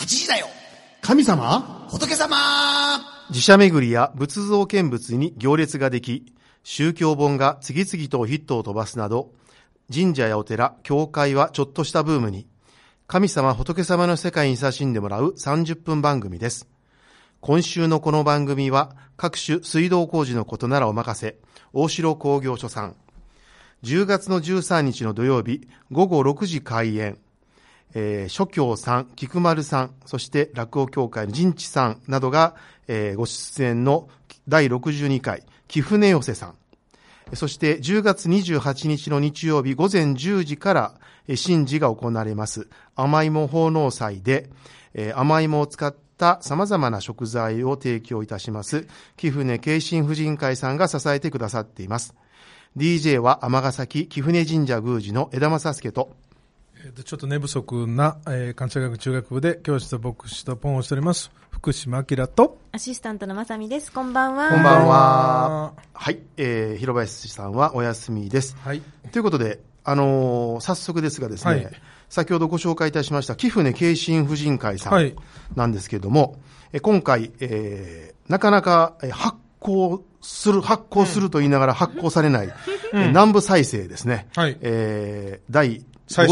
8時だよ。 神様、 仏様。 寺社巡りや仏像見物に行列ができ、宗教本が次々とヒットを飛ばすなど、神社やお寺、教会はちょっとしたブームに、神様仏様の世界に親しんでもらう30分番組です。今週のこの番組は各種水道工事のことならお任せ、大城工業所さん。10月の13日の土曜日午後6時開演。諸教さん、菊丸さん、そして落語協会の陣地さんなどが、ご出演の第62回貴船寄せさん。そして10月28日の日曜日午前10時から神事が行われます甘芋奉納祭で、甘芋を使った様々な食材を提供いたします貴船慶心婦人会さんが支えてくださっています。DJ は尼崎貴船神社宮司の枝正助と、 ちょっと寝不足な、関西学中学部で教師と牧師とポンをしております福島明とアシスタントのまさみです。こんばんは。 こんばんは。はい、広林さんはお休みです。 はい。 ということで、早速ですがですね、はい、先ほどご紹介いたしました貴船慶心婦人会さんなんですけれども、はい、今回、なかなか発行すると言いながら発行されない、南部再生ですね。はい。第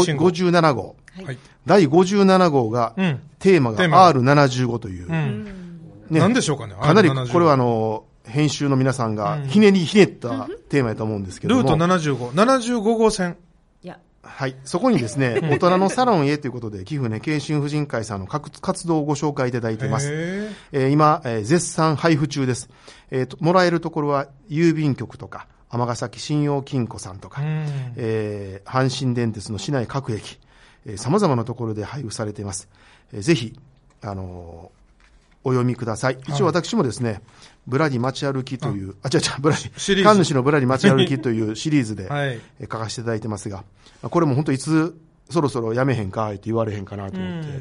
57号。はい。第57号が、テーマが R75 という。ね、 何でしょうかね。 かなり、これは編集の皆さんがひねったテーマやと思うんですけども。 ルート75号線。 はい。そこにですね、大人のサロンへということで、貴船慶心婦人会さんの活動をご紹介いただいています。今、絶賛配布中です。もらえるところは郵便局とか、尼崎信用金庫さんとか、阪神電鉄の市内各駅、様々なところで配布されています。ぜひ、お読みください。一応私もですね、ぶらり街歩きという、神主のぶらり街歩きというシリーズで書かせていただいてますが、これも本当いつそろそろやめへんかって言われへんかなと思って、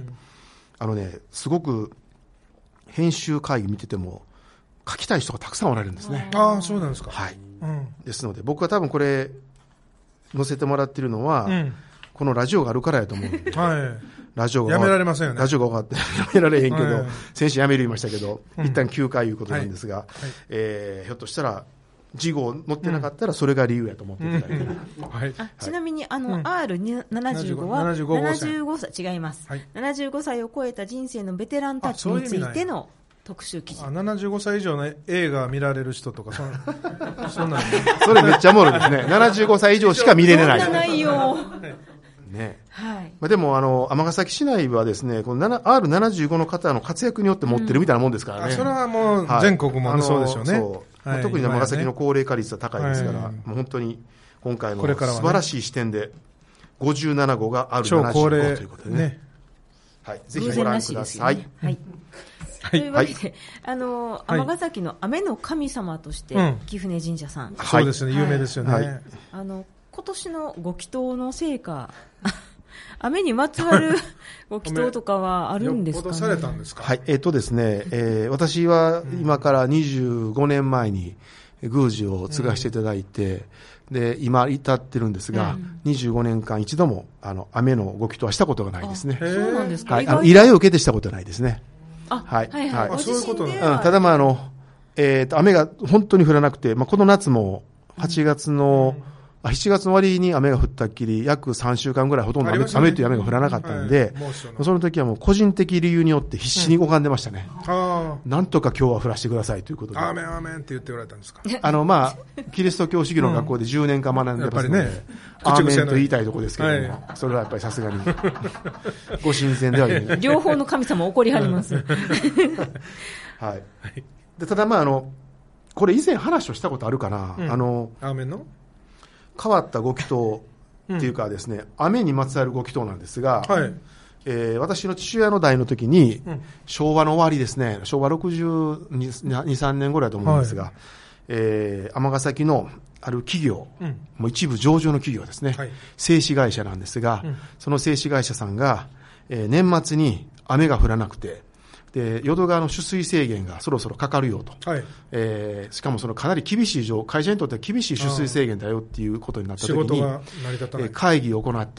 すごく編集会議見てても書きたい人がたくさんおられるんですね。 ああ、そうなんですか。 はい。ですので僕は多分これ載せてもらってるのは、このラジオがあるからやと思うんで、ラジオがやめられませんよね。 ラジオが終わってやめられへんけど、先週やめる言いましたけど、一旦休会いうことなんですが、ひょっとしたら事後載ってなかったらそれが理由やと思っていただいて、 ちなみにR75 は75歳違います、75歳を超えた人生のベテランたちについての特集記事。 75歳以上の映画見られる人とかそんなのそれめっちゃおもろいですね。75歳以上しか見れない。 そんな内容ね。はい。でも尼崎市内はですね、この R75 の方の活躍によって持ってるみたいなもんですからね。 それはもう全国もそうでしょうね。 特に尼崎の高齢化率は高いですから、もう本当に今回も素晴らしい視点で57号が R75 ということでね。はい。ぜひご覧ください。 はい。というわけで、尼崎の雨の神様として貴船神社さん、 そうですね、有名ですよね。 今年のご祈祷の成果、雨にまつわるご祈祷とかはあるんですかね。 されたんですか。 はい、ですね、私は今から25年前に宮司を継がせていただいて、で今至ってるんですが、25年間一度も雨のご祈祷はしたことがないですね。 そうなんですか。 はい、依頼を受けてしたことはないですね。 はいはいはい。 そういうことね。ただ雨が本当に降らなくて、この夏も8月の7月の終わりに雨が降ったっきり約3週間ぐらいほとんど雨という雨が降らなかったんで、その時はもう個人的理由によって必死に拝んでましたね。なんとか今日は降らせてくださいということで。 アーメンアーメンって言っておられたんですか。 キリスト教主義の学校で10年間学んでますので、アーメンと言いたいところですけども、それはやっぱりさすがにご神仙では言えない。 両方の神様怒りはります。 はい。でただこれ以前話をしたことあるかな。アーメンの変わったご祈祷っていうかですね、雨にまつわるご祈祷なんですが、私の父親の代の時に、昭和の終わりですね、昭和62、3年ぐらいだと思うんですが、尼崎のある企業、もう一部上場の企業ですね、製紙会社なんですが、その製紙会社さんが、年末に雨が降らなくて、 で淀川の取水制限がそろそろかかるよと、 はいしかもそのかなり厳しい会社にとっては厳しい取水制限だよっていうことになったときに、 仕事が成り立たない、 会議を行って、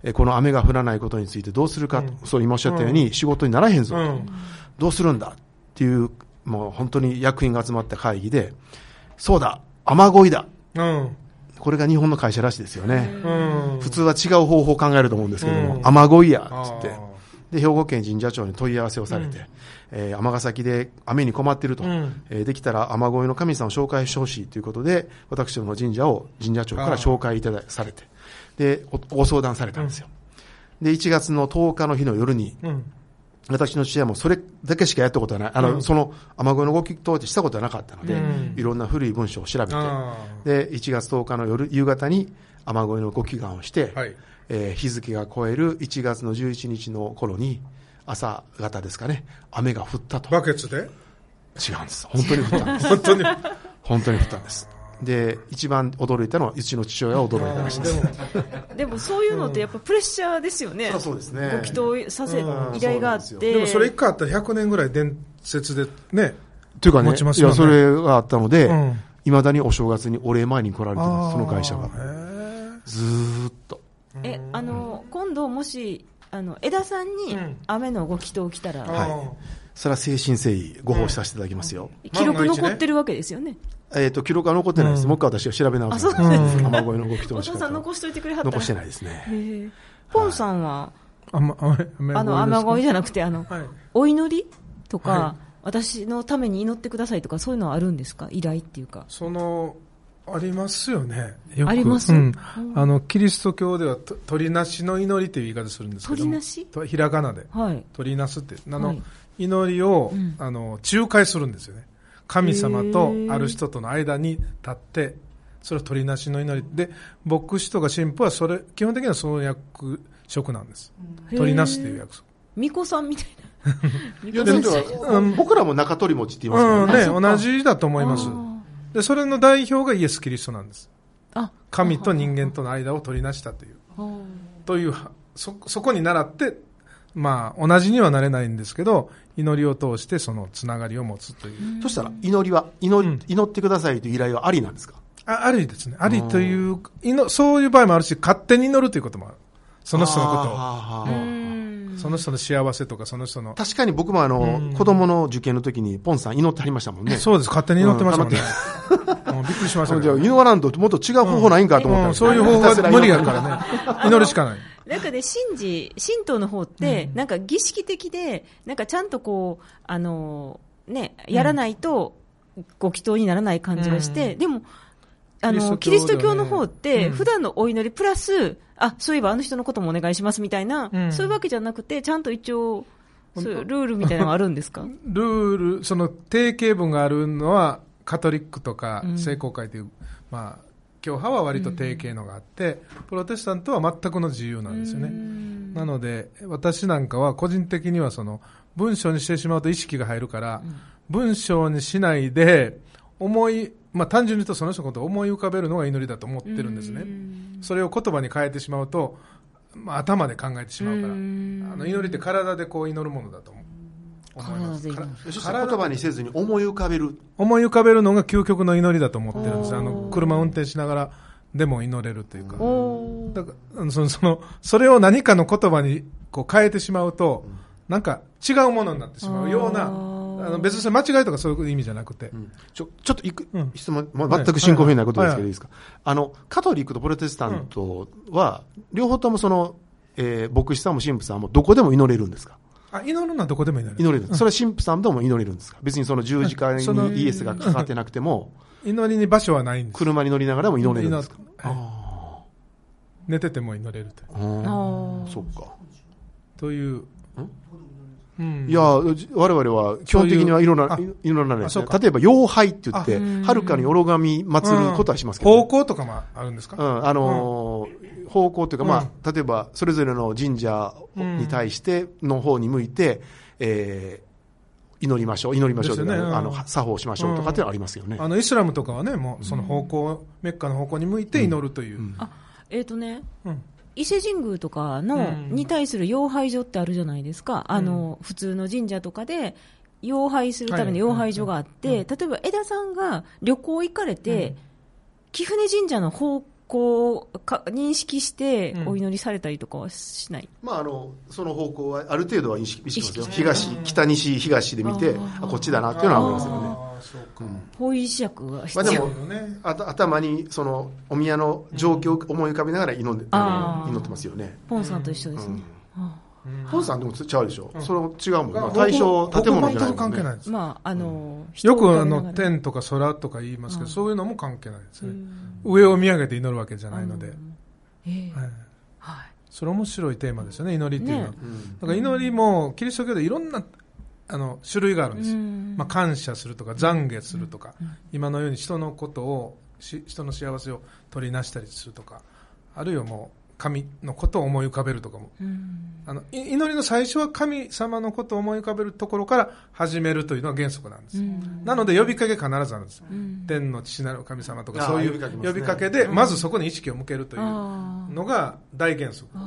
この雨が降らないことについてどうするかと、そう今おっしゃったように、仕事にならへんぞと、どうするんだっていう、もう本当に役員が集まった会議で、そうだ、雨乞いだ、これが日本の会社らしいですよね。普通は違う方法を考えると思うんですけども、雨乞いやっつって。で兵庫県神社庁に問い合わせをされて、尼崎で雨に困っていると、できたら雨乞いの神様を紹介してほしいということで、私どもの神社を神社庁から紹介されて、でご相談されたんですよ。で1月の10日の日の夜に、私の父親もそれだけしかやったことはない、その雨乞いのご祈祷ってしたことはなかったので、いろんな古い文章を調べて、で1月10日の夕方に雨乞いのご祈願をして、日付が超える1月の11日の頃に朝方ですかね、雨が降ったと。 バケツで？ 違うんです。本当に降ったんです。本当に降ったんです。で一番驚いたのはうちの父親は驚いたらしいです。 でもそういうのってやっぱプレッシャーですよね。 そうですね。 ご祈祷させ依頼があって、 でもそれ一回あったら100年ぐらい伝説でね。 というかね、 持ちますよね。 いやそれがあったので、未だにお正月にお礼前に来られてます。その会社がずーっと。 今度もし江田さんに雨のご祈祷来たら、 それは誠心誠意ご奉仕させていただきますよ。 記録残ってるわけですよね。 記録は残ってないです。もう一回私が調べ直す。 そうですか。 雨乞いのご祈祷の仕方。 お父さん残しといてくれはったら。 残してないですね。 ポンさんは雨乞いじゃなくてお祈りとか、私のために祈ってくださいとか、そういうのはあるんですか？依頼っていうか。 ありますよね。よくあります。 キリスト教では鳥なしの祈りという言い方するんですけども、 鳥なし？ ひらがなで、鳥なすって祈りを仲介するんですよね。神様とある人との間に立って、それは鳥なしの祈りで、牧師とか神父は基本的にはその役職なんです。鳥なすっていう役職。 巫女さんみたいな。 いやでも僕らも中鳥持ちって言いますよね。 同じだと思います。でそれの代表がイエス・キリストなんです。神と人間との間を取りなしたという、そこに倣って、同じにはなれないんですけど、祈りを通してそのつながりを持つという。 そしたら祈ってくださいという依頼はありなんですか？ ありですね。ありという、そういう場合もあるし、勝手に祈るということもある。その人のことを。その人の幸せとか、その人の。 確かに僕も子供の受験の時にポンさん祈ってはりましたもんね。 そうです。勝手に祈ってましたもんね。びっくりしましたけど。 じゃあ祈らんともっと違う方法ないんかと思ったんです。 そういう方法は無理やからね。祈るしかない。 なんかで神道の方って、なんか儀式的で、なんかちゃんとこう、やらないとご祈祷にならない感じがして、でも、キリスト教の方って、普段のお祈りプラス、そういえばあの人のこともお願いしますみたいな、そういうわけじゃなくて、ちゃんと一応、そういうルールみたいなのがあるんですか？ ルール、その定型文があるのは、カトリックとか聖公会という、教派は割と定型のがあって、プロテスタントは全くの自由なんですよね。なので、私なんかは個人的には文章にしてしまうと意識が入るから、文章にしないで、単純に言うとその人のことを思い浮かべるのが祈りだと思ってるんですね。それを言葉に変えてしまうと、頭で考えてしまうから、祈りって体でこう祈るものだと思います。 言葉にせずに思い浮かべる。 思い浮かべるのが究極の祈りだと思ってるんです。車を運転しながらでも祈れるというか。だからそれを何かの言葉にこう変えてしまうと、なんか違うものになってしまうような、別にそれ間違いとかそういう意味じゃなくて。 ちょっと質問、全く進行不明なことですけどいいですか？カトリックとプロテスタントは、両方とも牧師さんも神父さんもどこでも祈れるんですか？ 祈るのはどこでも祈れる。 祈れる。それは神父さんでも祈れるんですか？別にその十字架にイエスがかかってなくても、 祈りに場所はないんです。 車に乗りながらも祈れるんですか？ 寝てても祈れると。 そうか。 という。 いや我々は基本的には祈らないですね。例えば妖拝って言って遥かに愚神祀ることはしますけど、 方向とかもあるんですか？ 方向というか、例えばそれぞれの神社に対しての方に向いて、祈りましょうとか、作法しましょうとかってありますよね。 イスラムとかはね、もうその方向、メッカの方向に向いて祈るという。 伊勢神宮とかの、に対する妖拝所ってあるじゃないですか。普通の神社とかで、妖拝するための妖拝所があって、例えば枝さんが旅行行かれて、貴船神社の方向を認識してお祈りされたりとかはしない？ その方向はある程度は意識しますよ。北西東で見て、こっちだなっていうのは思いますよね。 方位磁石が必要。 でも頭にそのお宮の状況を思い浮かべながら祈ってますよね。 ポンさんと一緒ですね。 ポンさんでもちゃうでしょ。それ違うもんね。対象建物じゃないもんね。 関係ないです。 よく天とか空とか言いますけど、そういうのも関係ないですね。上を見上げて祈るわけじゃないので。それ面白いテーマですよね、祈りっていうのは。だから祈りもキリスト教でいろんな種類があるんですよ。感謝するとか懺悔するとか、今のように人のことを人の幸せを取りなしたりするとか、あるいはもう神のことを思い浮かべるとかも、祈りの最初は神様のことを思い浮かべるところから始めるというのが原則なんです。なので呼びかけ必ずあるんです。天の父なる神様とかそういう呼びかけでまずそこに意識を向けるというのが大原則。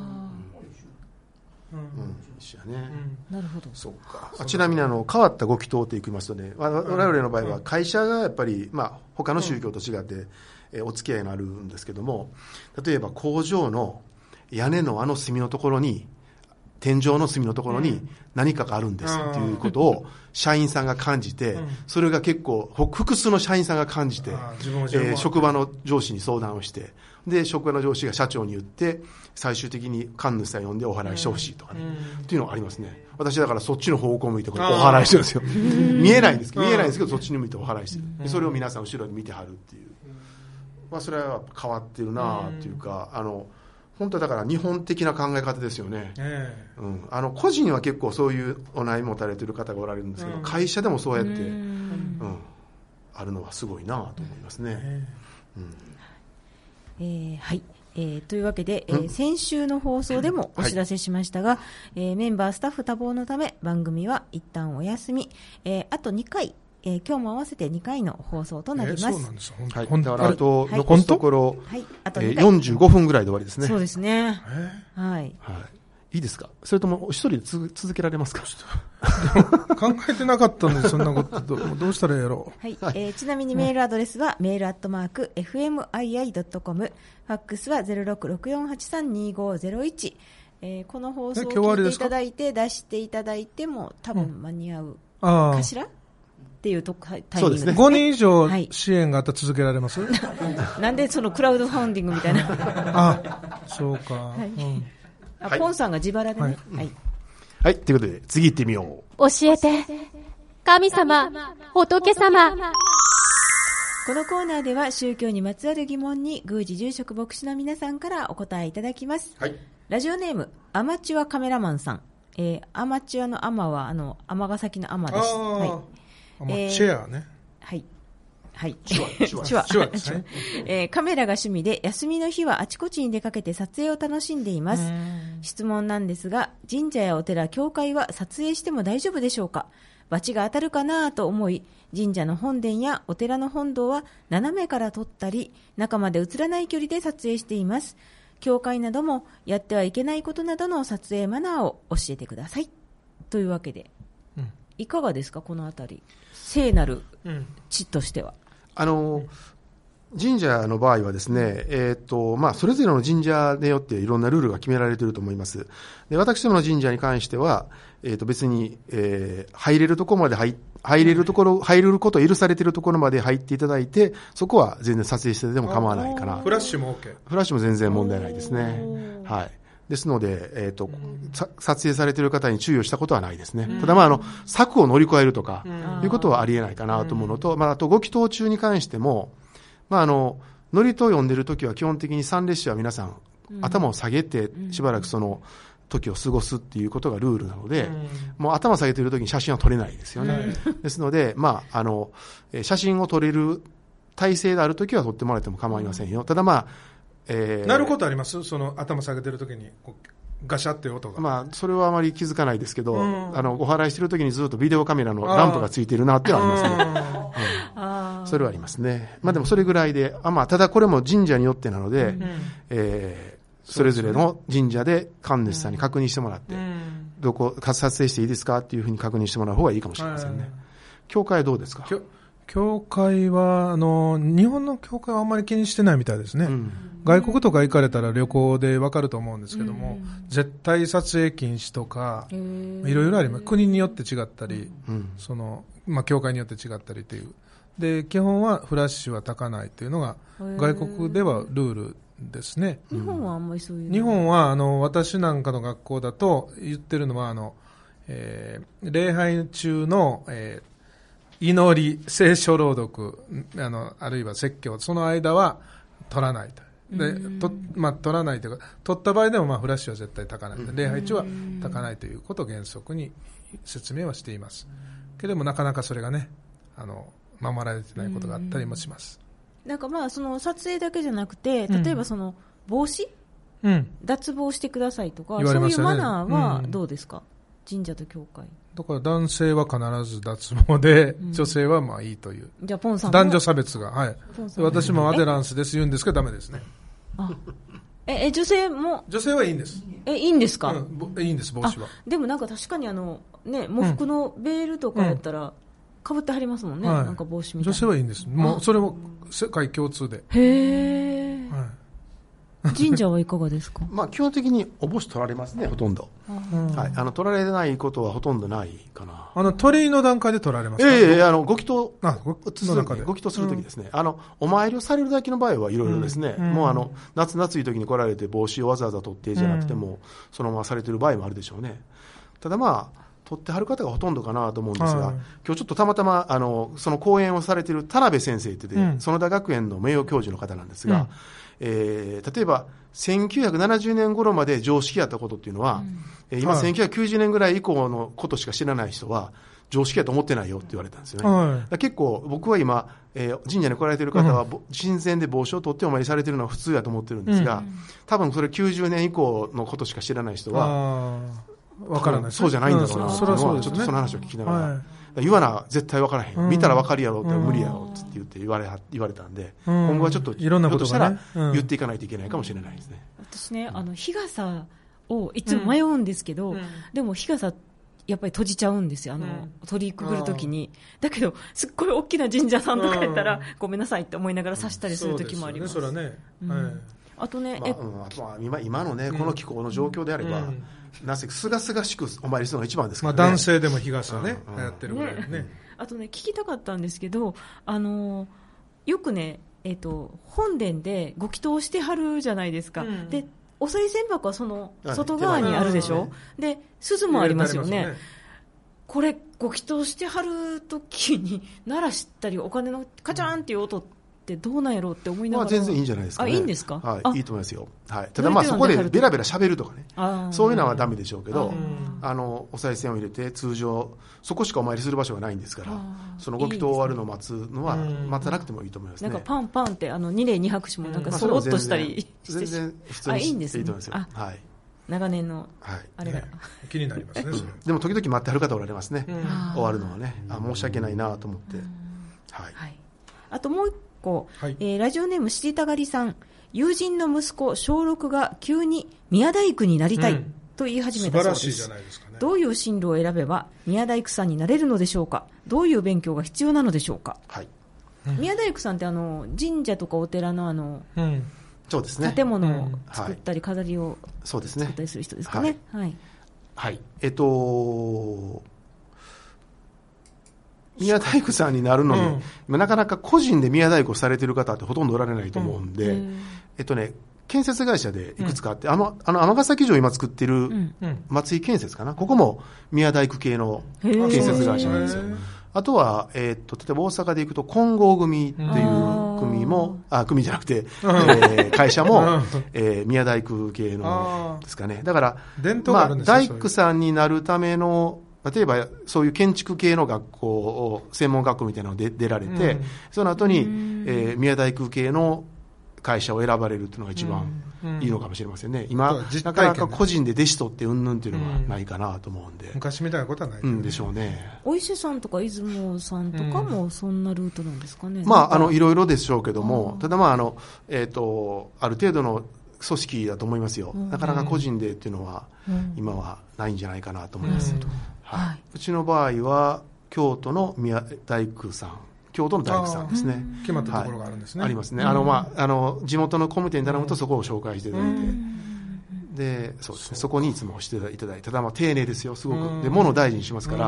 なるほど。 そうか。ちなみに変わったご祈祷っていきますとね、我々の場合は会社がやっぱり他の宗教と違ってお付き合いがあるんですけども、例えば工場の屋根の隅のところに、天井の隅のところに何かがあるんですっていうことを社員さんが感じて、それが結構複数の社員さんが感じて、職場の上司に相談をして、で職場の上司が社長に言って最終的に神主さん呼んでお祓いしてほしいとかね、っていうのがありますね。私だからそっちの方向を向いてお祓いしてるんですよ。見えないんですけどそっちに向いてお祓いしてる。それを皆さん後ろで見てはるっていう。それは変わってるなっていうか、本当だから日本的な考え方ですよね。個人は結構そういうお悩み持たれてる方がおられるんですけど、会社でもそうやって、あるのはすごいなと思いますね。 はい。というわけで、先週の放送でもお知らせしましたが、メンバースタッフ多忙のため番組は一旦お休み、あと2回、今日も合わせて2回の放送となります。 そうなんですよ。 だからあと残すところ、45分ぐらいで終わりですね。 そうですね。はい。 いいですか？それとも一人で続けられますか？ 考えてなかったんで、そんなことどうしたらいいやろう。 はい。ちなみにメールアドレスはメール@fmii.com、ファックスは 0664832501。この放送を聞いていただいて出していただいても多分間に合うかしら？っていうタイミングですね。 5人以上支援があったら続けられます？ なんでそのクラウドファウンディングみたいな。 そうか。 ポンさんが自腹でね。 はい。ということで、次行ってみよう。 教えて。神様、仏様。 このコーナーでは宗教にまつわる疑問に宮司住職牧師の皆さんからお答えいただきます。ラジオネーム、アマチュアカメラマンさん。アマチュアのアマは、尼崎のアマです。 チェアね。 はい。はい。 手話ですね。カメラが趣味で休みの日はあちこちに出かけて撮影を楽しんでいます。質問なんですが、神社やお寺、教会は撮影しても大丈夫でしょうか？罰が当たるかなと思い、神社の本殿やお寺の本堂は斜めから撮ったり、中まで映らない距離で撮影しています。教会などもやってはいけないことなどの撮影マナーを教えてください。というわけで、いかがですか、このあたり。聖なる地としては。 神社の場合はですね、それぞれの神社によっていろんなルールが決められていると思います。で、私どもの神社に関しては、別に、入れるところまで入れること許されているところまで入っていただいて、そこは全然撮影してても構わないかな。 フラッシュも OK？ フラッシュも全然問題ないですね。はい。ですので、撮影されている方に注意をしたことはないですね。ただ柵を乗り越えるとか、いうことはありえないかなと思うのと、あとご祈祷中に関しても、祝詞を読んでるときは基本的に参列者は皆さん、頭を下げてしばらくその時を過ごすっていうことがルールなので、もう頭下げているときに写真は撮れないですよね。ですので、写真を撮れる体制であるときは撮ってもらっても構いませんよ。ただなることあります？その頭下げてるときにガシャって音が。 それはあまり気づかないですけど、お祓いしてるときにずっとビデオカメラのランプがついているなっていうのはありますね。それはありますね。でもそれぐらいで、ただこれも神社によってなので、 それぞれの神社で神主さんに確認してもらって、どこ撮影していいですかっていうふうに確認してもらう方がいいかもしれませんね。教会はどうですか？ 教会は日本の教会はあんまり気にしてないみたいですね、外国とか行かれたら旅行でわかると思うんですけども、絶対撮影禁止とかいろいろあります。国によって違ったり、教会によって違ったりという。で基本はフラッシュは焚かないというのが外国ではルールですね。 日本はあんまりそういう。 日本は私なんかの学校だと言ってるのは礼拝中の、祈り、聖書朗読、あるいは説教、その間は取らないと。で、取らないというか、取った場合でもフラッシュは絶対焚かない。礼拝中は焚かないということを原則に説明はしています。けれどもなかなかそれがね、守られてないことがあったりもします。 なんかその撮影だけじゃなくて、例えばその帽子、脱帽してくださいとか、そういうマナーはどうですか？神社と教会。 だから男性は必ず脱毛で、女性はいいという。 じゃあポンさん男女差別が、はい。私もアデランスです言うんですけどダメですね。 女性も？ 女性はいいんです。 いいんですか？ いいんです、帽子は。 でもなんか確かに喪服のベールとかやったら、被ってはりますもんね、なんか帽子みたいな。 女性はいいんです。もうそれも世界共通で。 へー。神社はいかがですか？ 基本的にお帽子取られますね、ほとんど。取られないことはほとんどないかな。 鳥居の段階で取られますか？ ご祈祷するときですね。お参りをされるだけの場合はいろいろですね。もう夏い時に来られて帽子をわざわざ取ってじゃなくても、そのままされている場合もあるでしょうね。ただ取ってはる方がほとんどかなと思うんですが、今日ちょっとたまたまその講演をされている田辺先生という、園田学園の名誉教授の方なんですが、例えば1970年頃まで常識やったことっていうのは、今1990年ぐらい以降のことしか知らない人は常識やと思ってないよって言われたんですよね。結構僕は今、神社に来られている方は神前で帽子を取ってお参りされているのは普通やと思ってるんですが、多分それ90年以降のことしか知らない人はわからない。 そうじゃないんだろうなっていうのは、ちょっとその話を聞きながら、言わな絶対わからへん、見たらわかるやろって無理やろって言われたんで、今後はちょっといろんなことしたら言っていかないといけないかもしれないですね。 私ね、日傘をいつも迷うんですけど、でも日傘やっぱり閉じちゃうんですよ、鳥居くぐるときに。だけどすっごい大きな神社さんとかやったら、ごめんなさいって思いながら差したりするときもあります。 そうですね、それはね。 あとね、 あとは今のね、この気候の状況であれば、なぜすがすがしくお参りするのが一番ですからね。 男性でも日傘ね、流行ってるぐらいね。 あとね、聞きたかったんですけど、よくね、本殿でご祈祷してはるじゃないですか。で、お賽銭箱はその外側にあるでしょ。で、鈴もありますよね。これご祈祷してはるときに鳴らしたり、お金のカチャーンっていう音ってどうなんやろうって思いながら。 全然いいんじゃないですかね。 いいんですか？ はい、いいと思いますよ。はい。ただそこでベラベラ喋るとかね、そういうのはダメでしょうけど、お賽銭を入れて通常そこしかお参りする場所がないんですから、そのご祈祷終わるのを待つのは待たなくてもいいと思いますね。 なんかパンパンって二礼二拍手もなんかそろっとしたりして、 全然普通にいいんですね。 いいと思いますよ。はい。 長年のあれが気になりますね。 でも時々待ってはる方おられますね。終わるのはね、申し訳ないなと思って。はい。 あともう一個、ラジオネームしりたがりさん、友人の息子小6が急に宮大工になりたいと言い始めたそうです。 素晴らしいじゃないですかね。 どういう進路を選べば宮大工さんになれるのでしょうか？どういう勉強が必要なのでしょうか？宮大工さんって神社とかお寺のそうですね、 建物を作ったり飾りを作ったりする人ですかね。 はい。宮大工さんになるのに、なかなか個人で宮大工されてる方ってほとんどおられないと思うんで、建設会社でいくつかあって、尼崎城を今作ってる松井建設かな、ここも宮大工系の建設会社なんですよ。あとは、例えば大阪で行くと金剛組っていう組も、組じゃなくて、会社も、宮大工系のですかね。だから、大工さんになるための、例えばそういう建築系の学校を専門学校みたいなので出られて、その後に、宮大工系の会社を選ばれるというのが一番いいのかもしれませんね。今なかなか個人で弟子取ってうんぬんっていうのはないかなと思うんで、 昔みたいなことはないでしょうね。 お伊勢さんとか出雲さんとかもそんなルートなんですかね。 いろいろでしょうけども、ただある程度の組織だと思いますよ。なかなか個人でっていうのは、今はないんじゃないかなと思います。はい。うちの場合は、京都の大工さん、京都の大工さんですね。 決まったところがあるんですね。 ありますね。地元の工務店に頼むとそこを紹介していただいて、で、そうですね。そこにいつもしていただいて、ただ丁寧ですよ、すごく。で、物を大事にしますから、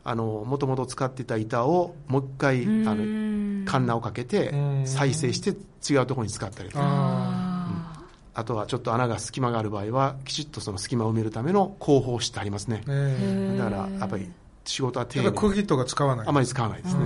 もともと使っていた板をもう一回、カンナをかけて、再生して違うところに使ったりとか。あとはちょっと穴が隙間がある場合は、きちっとその隙間を埋めるための工法をしてありますね。だから、やっぱり仕事は丁寧に。 釘とか使わない。 あまり使わないですね。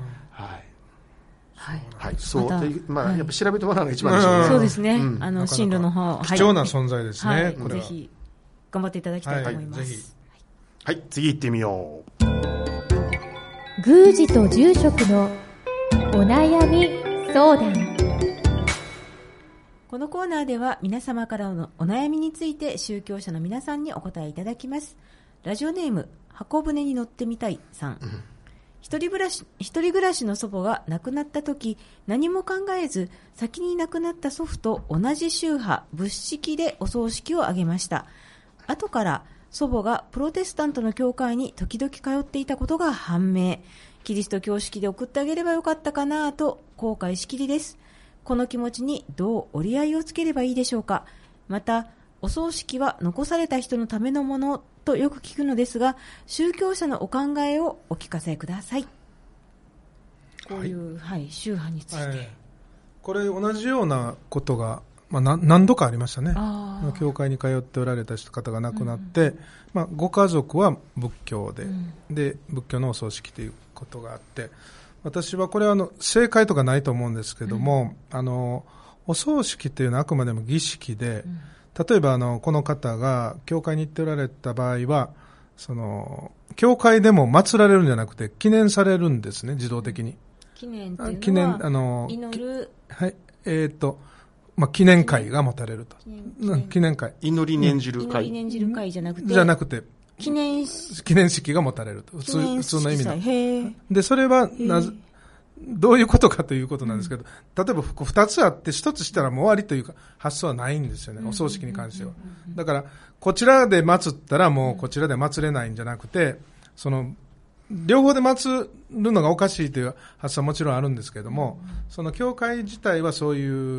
はい。そう。やっぱ調べてもらうのが一番でしょうね。 そうですね。進路の方。 貴重な存在ですね。これは。 ぜひ、頑張っていただきたいと思います。 はい、次行ってみよう。宮司と住職のお悩み相談。 このコーナーでは皆様からのお悩みについて宗教者の皆さんにお答えいただきます。ラジオネーム、箱舟に乗ってみたいさん。一人暮らしの祖母が亡くなった時、何も考えず先に亡くなった祖父と同じ宗派仏式でお葬式を挙げました。後から祖母がプロテスタントの教会に時々通っていたことが判明。キリスト教式で送ってあげればよかったかなと後悔しきりです。この気持ちにどう折り合いをつければいいでしょうか。また、お葬式は残された人のためのものとよく聞くのですが、宗教者のお考えをお聞かせください。こういう、宗派について。 これ同じようなことが、何度かありましたね。教会に通っておられた方が亡くなって、ご家族は仏教で、仏教のお葬式ということがあって、私はこれは正解とかないと思うんですけども、お葬式というのはあくまでも儀式で、例えばこの方が教会に行っておられた場合は、教会でも祀られるんじゃなくて記念されるんですね、自動的に。 記念っていうのは祈る。 はい。記念会が持たれると。記念会。 祈り念じる会。 祈り念じる会じゃなくて。記念式が持たれると。普通の意味の。で、それはどういうことかということなんですけど、例えば二つあって一つしたらもう終わりというか発想はないんですよね、お葬式に関しては。だから、こちらで祀ったらもうこちらで祀れないんじゃなくて、両方で祀るのがおかしいという発想はもちろんあるんですけども、その教会自体はそういう、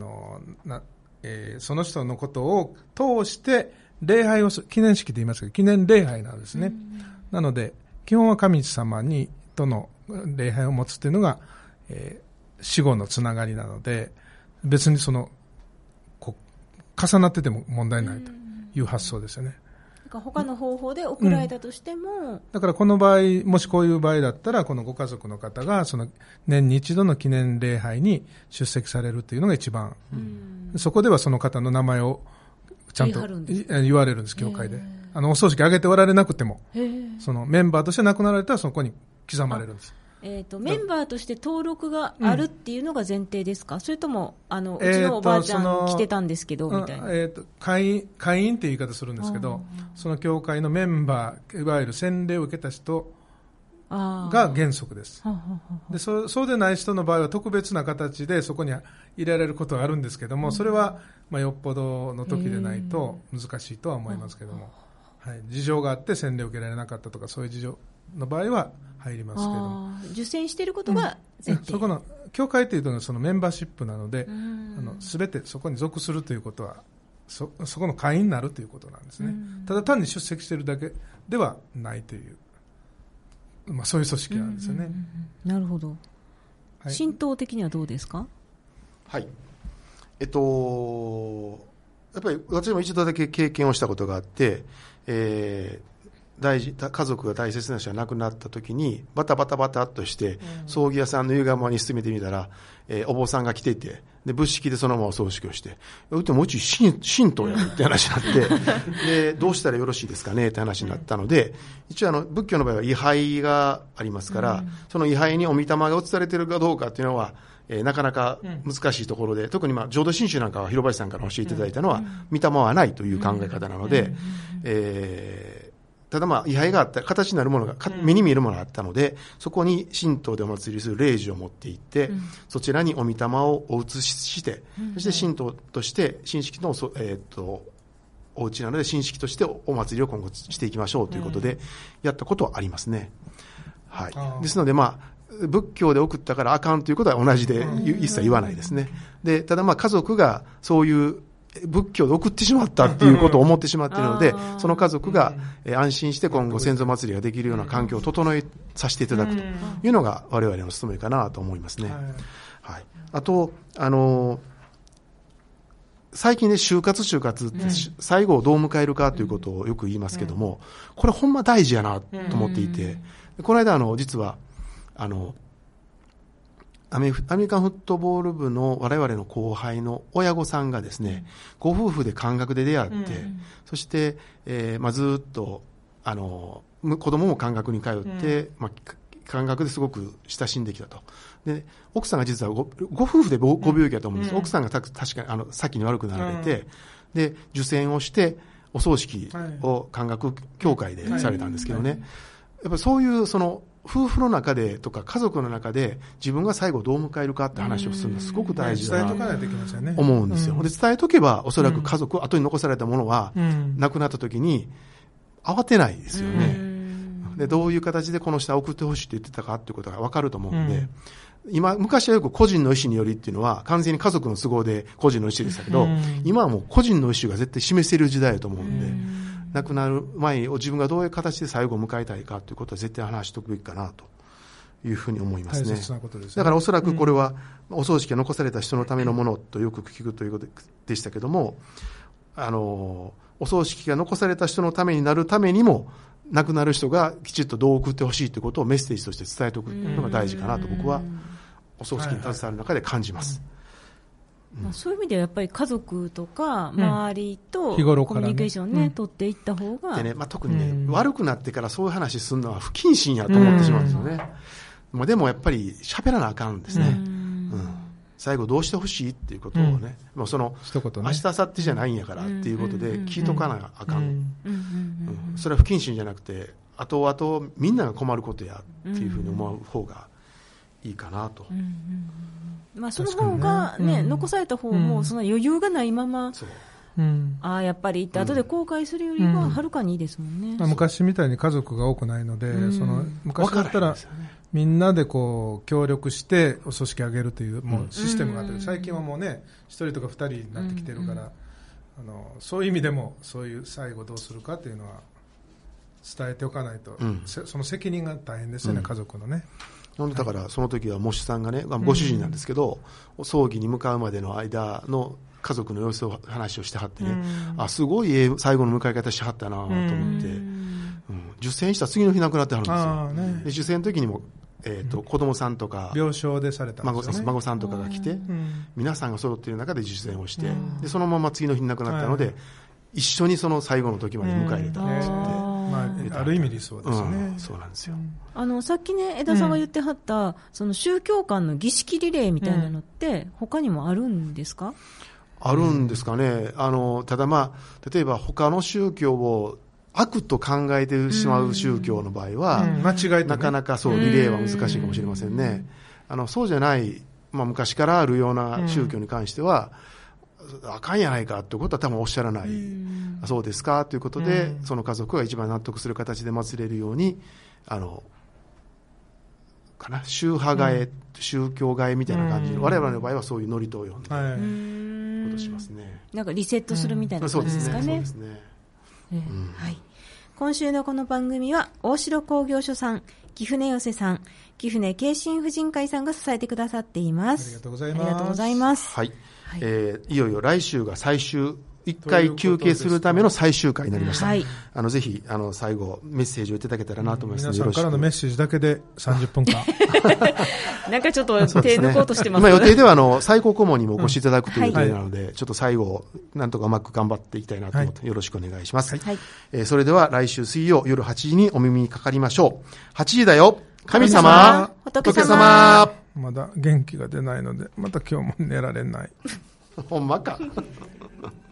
その人のことを通して礼拝をする、記念式と言いますけど、記念礼拝なんですね。なので、基本は神様との礼拝を持つというのが、死後のつながりなので、別に重なってても問題ないという発想ですよね。 他の方法で送られたとしても、 だからこの場合、もしこういう場合だったら、このご家族の方が年に一度の記念礼拝に出席されるというのが一番、そこではその方の名前をちゃんと言われるんです、教会で。お葬式挙げておられなくても、そのメンバーとして亡くなられたらそこに刻まれるんです。 メンバーとして登録があるっていうのが前提ですか、それともうちのおばあちゃん来てたんですけどみたいな。 会員っていう言い方するんですけど、その教会のメンバー、いわゆる洗礼を受けた人が原則です。で、そうでない人の場合は特別な形でそこに入れられることはあるんですけども、それはよっぽどの時でないと難しいとは思いますけども、事情があって洗礼を受けられなかったとかそういう事情の場合は入りますけども、 受洗していることが前提、 そこの教会というのはそのメンバーシップなので、すべてそこに属するということはそこの会員になるということなんですね。ただ単に出席しているだけではないという、そういう組織なんですよね。 なるほど。神道的にはどうですか？ はい。やっぱり私も一度だけ経験をしたことがあって、家族が大切な人が亡くなった時にバタバタバタっとして、葬儀屋さんの湯釜に進めてみたら、お坊さんが来てて、で仏式でそのままお葬式をして、うちもうち神道やるって話になってでどうしたらよろしいですかねって話になったので、一応仏教の場合は位牌がありますから、その位牌にお御霊が移されているかどうかっていうのはなかなか難しいところで、特に浄土真宗なんかは広林さんから教えていただいたのは、御霊はないという考え方なので、 ただまあ、位牌があった、形になるものが、目に見えるものがあったので、そこに神道でお祭りする霊樹を持って行って、そちらにお御霊をお移しして、そして神道として、神式の、お家なので、神式としてお祭りを今後していきましょうということで、やったことはありますね。はい。ですので、まあ、仏教で送ったからあかんということは同じで、一切言わないですね。で、ただまあ、家族がそういう、仏教で送ってしまったっていうことを思ってしまっているので、その家族が安心して今後先祖祭りができるような環境を整えさせていただくというのが我々の務めかなと思いますね。はい。あと、最近ね、就活って最後をどう迎えるかということをよく言いますけども、これほんま大事やなと思っていて、この間実は、アメリカンフットボール部の我々の後輩の親御さんがですね、ご夫婦で感覚で出会って、そして、まあ、ずっと、子供も感覚に通って、まあ、感覚ですごく親しんできたと。で、奥さんが実はご夫婦でご病気だと思うんです。奥さんが確かに先に悪くなられて、で、受洗をして、お葬式を感覚協会でされたんですけどね。やっぱそういう夫婦の中でとか家族の中で自分が最後どう迎えるかって話をするのはすごく大事だなと思うんですよ。で、伝えとけばおそらく家族、後に残されたものは亡くなった時に慌てないですよね。で、どういう形でこの人は送ってほしいって言ってたかっていうことがわかると思うんで、昔はよく個人の意思によりっていうのは完全に家族の都合で個人の意思でしたけど、今はもう個人の意思が絶対示せる時代だと思うんで、亡くなる前を自分がどういう形で最後を迎えたいかということは絶対話しておくべきかなというふうに思いますね。 大切なことですね。 だからおそらくこれはお葬式が残された人のためのものとよく聞くということでしたけども、お葬式が残された人のためになるためにも亡くなる人がきちっとどう送ってほしいということをメッセージとして伝えておくのが大事かなと僕はお葬式に携わる中で感じます。 まあ、そういう意味ではやっぱり家族とか周りとコミ日頃からねュニケーションね、取っていった方が。 でね、まあ、特にね、悪くなってからそういう話するのは不謹慎やと思ってしまうんですよね。でもやっぱり喋らなあかんですね。最後どうしてほしいっていうことをね、もう明日明後日じゃないんやからっていうことで聞いとかなあかん。それは不謹慎じゃなくて、後々みんなが困ることやっていうふうに思う方がいいかなと。 まあ、その方がね、残された方もその余裕がないまま、やっぱりって後で後悔するよりははるかにいいですもんね。 昔みたいに家族が多くないので、昔だったらみんなでこう協力してお葬式あげるというもうシステムがあって、最近はもうね、1人とか2人になってきてるから、そういう意味でもそういう最後どうするかっていうのは伝えておかないと、その責任が大変ですよね、家族のね。 だからその時は喪主さんがね、ご主人なんですけど、葬儀に向かうまでの間の家族の様子を話をしてはってね、すごい最後の迎え方しはったなと思って、受洗した次の日亡くなってはるんですよ。で、受洗の時にも、子供さんとか病床でされたんですよね。 孫さんとかが来て、皆さんが揃っている中で受洗をして、でそのまま次の日に亡くなったので、一緒にその最後の時まで迎え入れたんですって。 ある意味理想ですね。 そうなんですよ。 さっきね、江田さんが言ってはった、その宗教間の儀式リレーみたいなのって、他にもあるんですか？ あるんですかね。ただまあ、例えば他の宗教を悪と考えてしまう宗教の場合は、なかなかそうリレーは難しいかもしれませんね。そうじゃない、まあ、昔からあるような宗教に関しては、あかんやないかということは多分おっしゃらない。そうですかということで、その家族が一番納得する形で祀れるように、宗派替え、宗教替えみたいな感じで、我々の場合はそういう祝詞を読んで、ことしますね。 なんかリセットするみたいな感じですかね。そうですね。はい。今週のこの番組は、大城工業所さん、貴船寄せさん、貴船慶心婦人会さんが支えてくださっています。 ありがとうございます。 ありがとうございます。 はい。いよいよ来週が最終、一回休憩するための最終回になりました。はい。ぜひ、最後、メッセージをいただけたらなと思いますので、 皆さんからのメッセージだけで30分間。 なんかちょっと手抜こうとしてます。 今予定では、最高顧問にもお越しいただくという予定なので、ちょっと最後、なんとかうまく頑張っていきたいなと思って、よろしくお願いします。はい。それでは来週水曜夜8時にお耳にかかりましょう。8時だよ。神様、 仏様。 まだ元気が出ないので、また今日も寝られない。 ほんまか。